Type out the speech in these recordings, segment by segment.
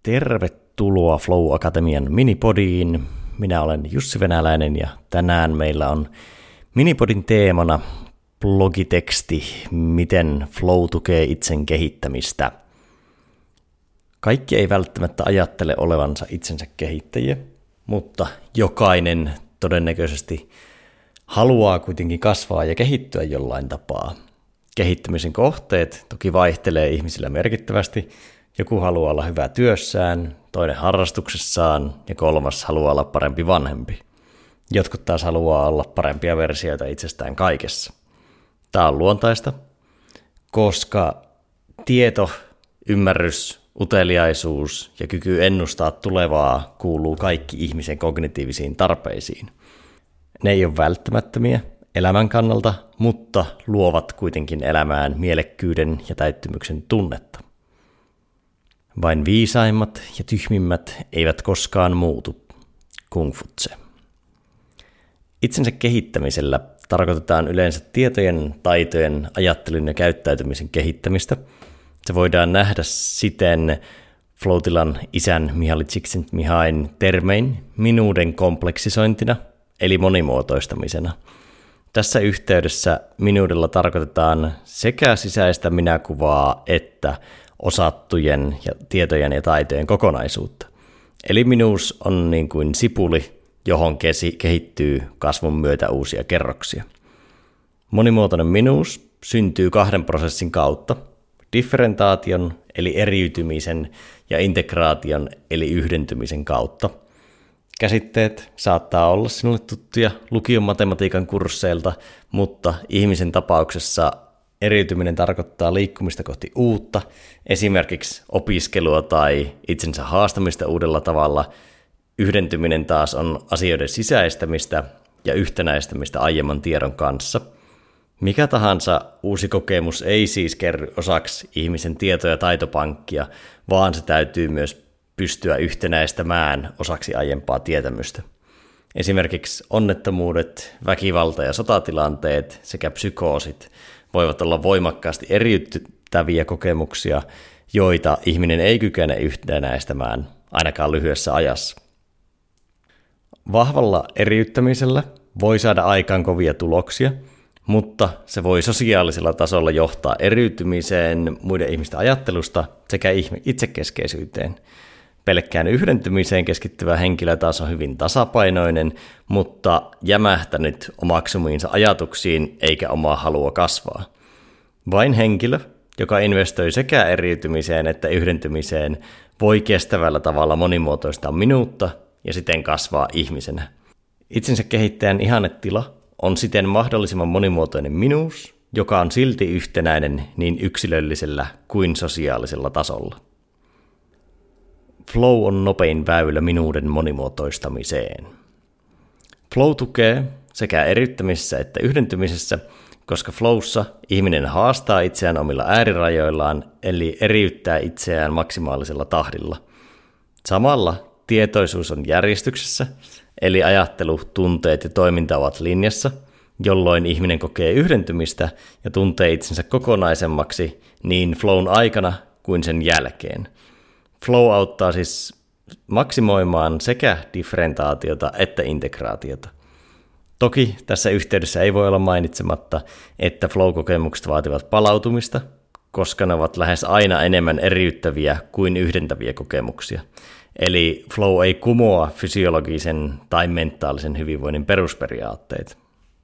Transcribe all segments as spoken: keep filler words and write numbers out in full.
Tervetuloa Flow Akatemian minipodiin. Minä olen Jussi Venäläinen ja tänään meillä on minipodin teemana blogiteksti, miten Flow tukee itsen kehittämistä. Kaikki ei välttämättä ajattele olevansa itsensä kehittäjiä, mutta jokainen todennäköisesti haluaa kuitenkin kasvaa ja kehittyä jollain tapaa. Kehittymisen kohteet toki vaihtelee ihmisillä merkittävästi. Joku haluaa olla hyvä työssään, toinen harrastuksessaan ja kolmas haluaa olla parempi vanhempi. Jotkut taas haluaa olla parempia versioita itsestään kaikessa. Tämä on luontaista, koska tieto, ymmärrys, uteliaisuus ja kyky ennustaa tulevaa kuuluu kaikki ihmisen kognitiivisiin tarpeisiin. Ne ei ole välttämättömiä elämän kannalta, mutta luovat kuitenkin elämään mielekkyyden ja täyttymyksen tunnetta. Vain viisaimmat ja tyhmimmät eivät koskaan muutu. Kung Fu-tse. Itsensä kehittämisellä tarkoitetaan yleensä tietojen, taitojen, ajattelun ja käyttäytymisen kehittämistä. Se voidaan nähdä siten Flow-tilan isän Mihaly Csikszentmihalyin termein minuuden kompleksisointina, eli monimuotoistamisena. Tässä yhteydessä minuudella tarkoitetaan sekä sisäistä minäkuvaa että osattujen ja tietojen ja taitojen kokonaisuutta. Eli minuus on niin kuin sipuli, johon kehittyy kasvun myötä uusia kerroksia. Monimuotoinen minuus syntyy kahden prosessin kautta, differentaation eli eriytymisen ja integraation eli yhdentymisen kautta. Käsitteet saattaa olla sinulle tuttuja lukion matematiikan kursseilta, mutta ihmisen tapauksessa eriytyminen tarkoittaa liikkumista kohti uutta, esimerkiksi opiskelua tai itsensä haastamista uudella tavalla. Yhdentyminen taas on asioiden sisäistämistä ja yhtenäistämistä aiemman tiedon kanssa. Mikä tahansa uusi kokemus ei siis kerry osaksi ihmisen tieto- ja taitopankkia, vaan se täytyy myös pystyä yhtenäistämään osaksi aiempaa tietämystä. Esimerkiksi onnettomuudet, väkivalta- ja sotatilanteet sekä psykoosit voivat olla voimakkaasti eriyttäviä kokemuksia, joita ihminen ei kykene yhtenäistämään ainakaan lyhyessä ajassa. Vahvalla eriyttämisellä voi saada aikaan kovia tuloksia, mutta se voi sosiaalisella tasolla johtaa eriytymiseen muiden ihmisten ajattelusta sekä itsekeskeisyyteen. Pelkkään yhdentymiseen keskittyvä henkilö taas on hyvin tasapainoinen, mutta jämähtänyt omaksumiinsa ajatuksiin eikä omaa halua kasvaa. Vain henkilö, joka investoi sekä eriytymiseen että yhdentymiseen, voi kestävällä tavalla monimuotoistaa minuutta ja siten kasvaa ihmisenä. Itsensä kehittäjän ihannetila on siten mahdollisimman monimuotoinen minuus, joka on silti yhtenäinen niin yksilöllisellä kuin sosiaalisella tasolla. Flow on nopein väylä minuuden monimuotoistamiseen. Flow tukee sekä eriyttämisessä että yhdentymisessä, koska flowssa ihminen haastaa itseään omilla äärirajoillaan, eli eriyttää itseään maksimaalisella tahdilla. Samalla tietoisuus on järjestyksessä, eli ajattelu, tunteet ja toiminta ovat linjassa, jolloin ihminen kokee yhdentymistä ja tuntee itsensä kokonaisemmaksi niin flown aikana kuin sen jälkeen. Flow auttaa siis maksimoimaan sekä differentaatiota että integraatiota. Toki tässä yhteydessä ei voi olla mainitsematta, että flow-kokemukset vaativat palautumista, koska ne ovat lähes aina enemmän eriyttäviä kuin yhdentäviä kokemuksia. Eli flow ei kumoa fysiologisen tai mentaalisen hyvinvoinnin perusperiaatteet.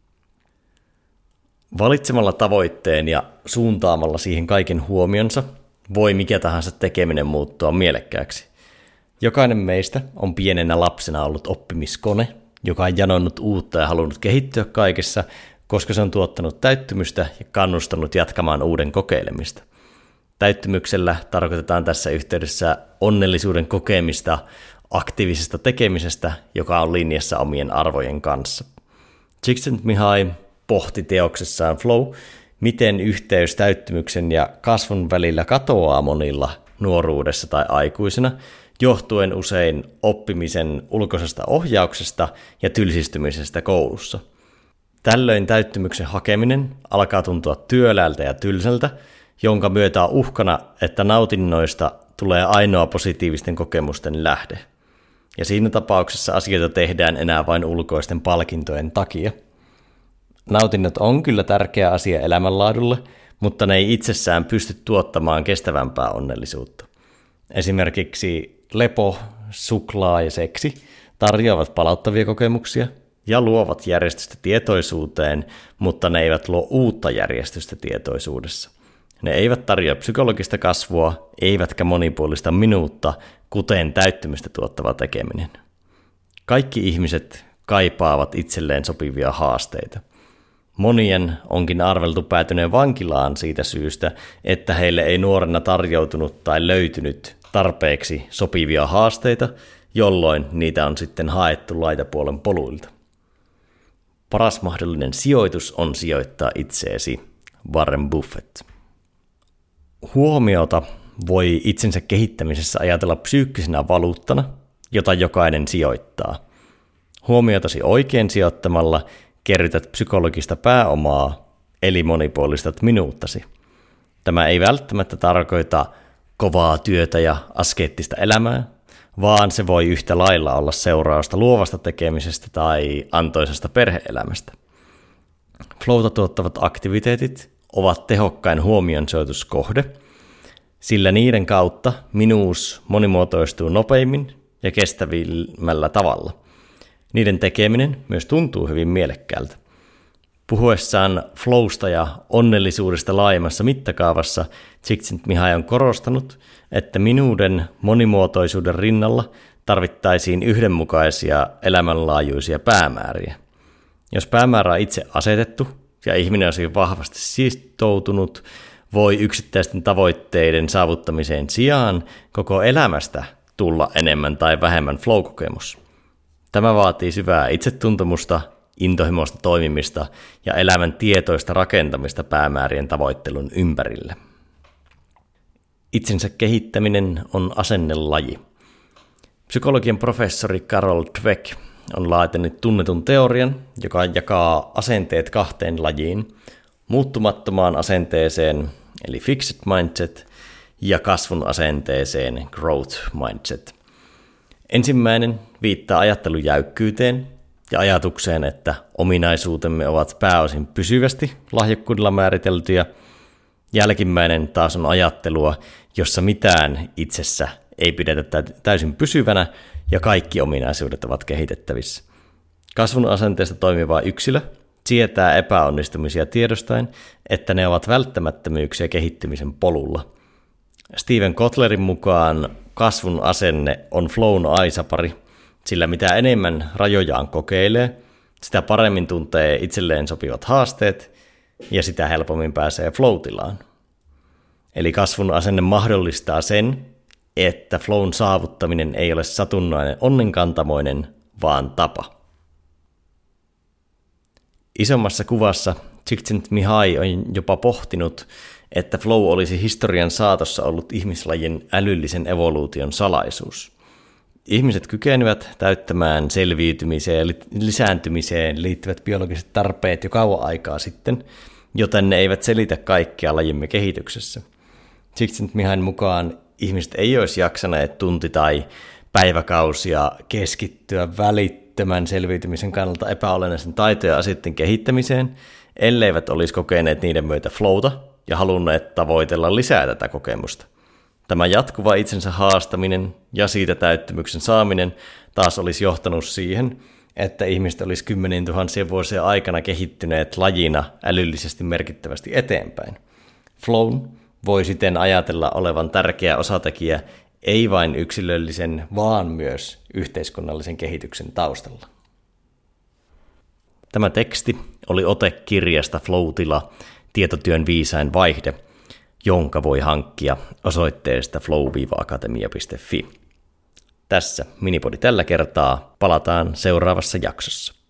Valitsemalla tavoitteen ja suuntaamalla siihen kaiken huomionsa voi mikä tahansa tekeminen muuttua mielekkääksi. Jokainen meistä on pienenä lapsena ollut oppimiskone, joka on janonnut uutta ja halunnut kehittyä kaikessa, koska se on tuottanut täyttymystä ja kannustanut jatkamaan uuden kokeilemista. Täyttymyksellä tarkoitetaan tässä yhteydessä onnellisuuden kokemista aktiivisesta tekemisestä, joka on linjassa omien arvojen kanssa. Csikszentmihalyi pohti teoksessaan Flow, miten yhteys täyttymyksen ja kasvun välillä katoaa monilla nuoruudessa tai aikuisena, johtuen usein oppimisen ulkoisesta ohjauksesta ja tylsistymisestä koulussa. Tällöin täyttymyksen hakeminen alkaa tuntua työläältä ja tylsältä, jonka myötä on uhkana, että nautinnoista tulee ainoa positiivisten kokemusten lähde. Ja siinä tapauksessa asioita tehdään enää vain ulkoisten palkintojen takia. Nautinnot on kyllä tärkeä asia elämänlaadulle, mutta ne ei itsessään pysty tuottamaan kestävämpää onnellisuutta. Esimerkiksi lepo, suklaa ja seksi tarjoavat palauttavia kokemuksia ja luovat järjestystä tietoisuuteen, mutta ne eivät luo uutta järjestystä tietoisuudessa. Ne eivät tarjoa psykologista kasvua, eivätkä monipuolista minuutta, kuten täyttymistä tuottava tekeminen. Kaikki ihmiset kaipaavat itselleen sopivia haasteita. Monien onkin arveltu päätyneen vankilaan siitä syystä, että heille ei nuorena tarjoutunut tai löytynyt tarpeeksi sopivia haasteita, jolloin niitä on sitten haettu laitapuolen poluilta. Paras mahdollinen sijoitus on sijoittaa itseesi, Warren Buffett. Huomiota voi itsensä kehittämisessä ajatella psyykkisenä valuuttana, jota jokainen sijoittaa. Huomiotasi oikein sijoittamalla kerrytät psykologista pääomaa, eli monipuolistat minuuttasi. Tämä ei välttämättä tarkoita kovaa työtä ja askeettista elämää, vaan se voi yhtä lailla olla seurausta luovasta tekemisestä tai antoisesta perhe-elämästä. Flowta tuottavat aktiviteetit ovat tehokkain huomionsijoituskohde, sillä niiden kautta minuus monimuotoistuu nopeimmin ja kestävimmällä tavalla. Niiden tekeminen myös tuntuu hyvin mielekkäältä. Puhuessaan flowsta ja onnellisuudesta laajemmassa mittakaavassa Csikszentmihalyi on korostanut, että minuuden monimuotoisuuden rinnalla tarvittaisiin yhdenmukaisia elämänlaajuisia päämääriä. Jos päämäärä on itse asetettu ja ihminen on siihen vahvasti sitoutunut, voi yksittäisten tavoitteiden saavuttamiseen sijaan koko elämästä tulla enemmän tai vähemmän flow-kokemus. Tämä vaatii syvää itsetuntemusta, intohimoista toimimista ja elämän tietoista rakentamista päämäärien tavoittelun ympärille. Itsensä kehittäminen on asennelaji. Psykologian professori Carol Dweck on laatinut tunnetun teorian, joka jakaa asenteet kahteen lajiin, muuttumattomaan asenteeseen eli fixed mindset ja kasvun asenteeseen growth mindset. Ensimmäinen viittaa ajattelun jäykkyyteen ja ajatukseen, että ominaisuutemme ovat pääosin pysyvästi lahjakkuudella määriteltyjä. Jälkimmäinen taas on ajattelua, jossa mitään itsessä ei pidetä täysin pysyvänä ja kaikki ominaisuudet ovat kehitettävissä. Kasvun asenteesta toimiva yksilö sietää epäonnistumisia tiedostaen, että ne ovat välttämättömyyksiä kehittymisen polulla. Steven Kotlerin mukaan kasvun asenne on flown aisapari, sillä mitä enemmän rajojaan kokeilee, sitä paremmin tuntee itselleen sopivat haasteet ja sitä helpommin pääsee flow-tilaan. Eli kasvun asenne mahdollistaa sen, että flown saavuttaminen ei ole satunnainen onnenkantamoinen, vaan tapa. Isommassa kuvassa Csikszentmihalyi on jopa pohtinut, että flow olisi historian saatossa ollut ihmislajin älyllisen evoluution salaisuus. Ihmiset kykenevät täyttämään selviytymiseen ja lisääntymiseen liittyvät biologiset tarpeet jo kauan aikaa sitten, joten ne eivät selitä kaikkea lajimme kehityksessä. Csikszentmihalyin mukaan ihmiset ei olisi jaksaneet tunti- tai päiväkausia keskittyä välittömän selviytymisen kannalta epäolennaisen taitoja asioiden kehittämiseen, elleivät olisi kokeneet niiden myötä flowta ja halunneet tavoitella lisää tätä kokemusta. Tämä jatkuva itsensä haastaminen ja siitä täyttymyksen saaminen taas olisi johtanut siihen, että ihmiset olisi kymmenien tuhansien vuosien aikana kehittyneet lajina älyllisesti merkittävästi eteenpäin. Flown voi siten ajatella olevan tärkeä osatekijä ei vain yksilöllisen, vaan myös yhteiskunnallisen kehityksen taustalla. Tämä teksti oli ote kirjasta Flow-tila, tietotyön viisain vaihde, jonka voi hankkia osoitteesta flow akatemia piste fi. Tässä minipodi tällä kertaa, palataan seuraavassa jaksossa.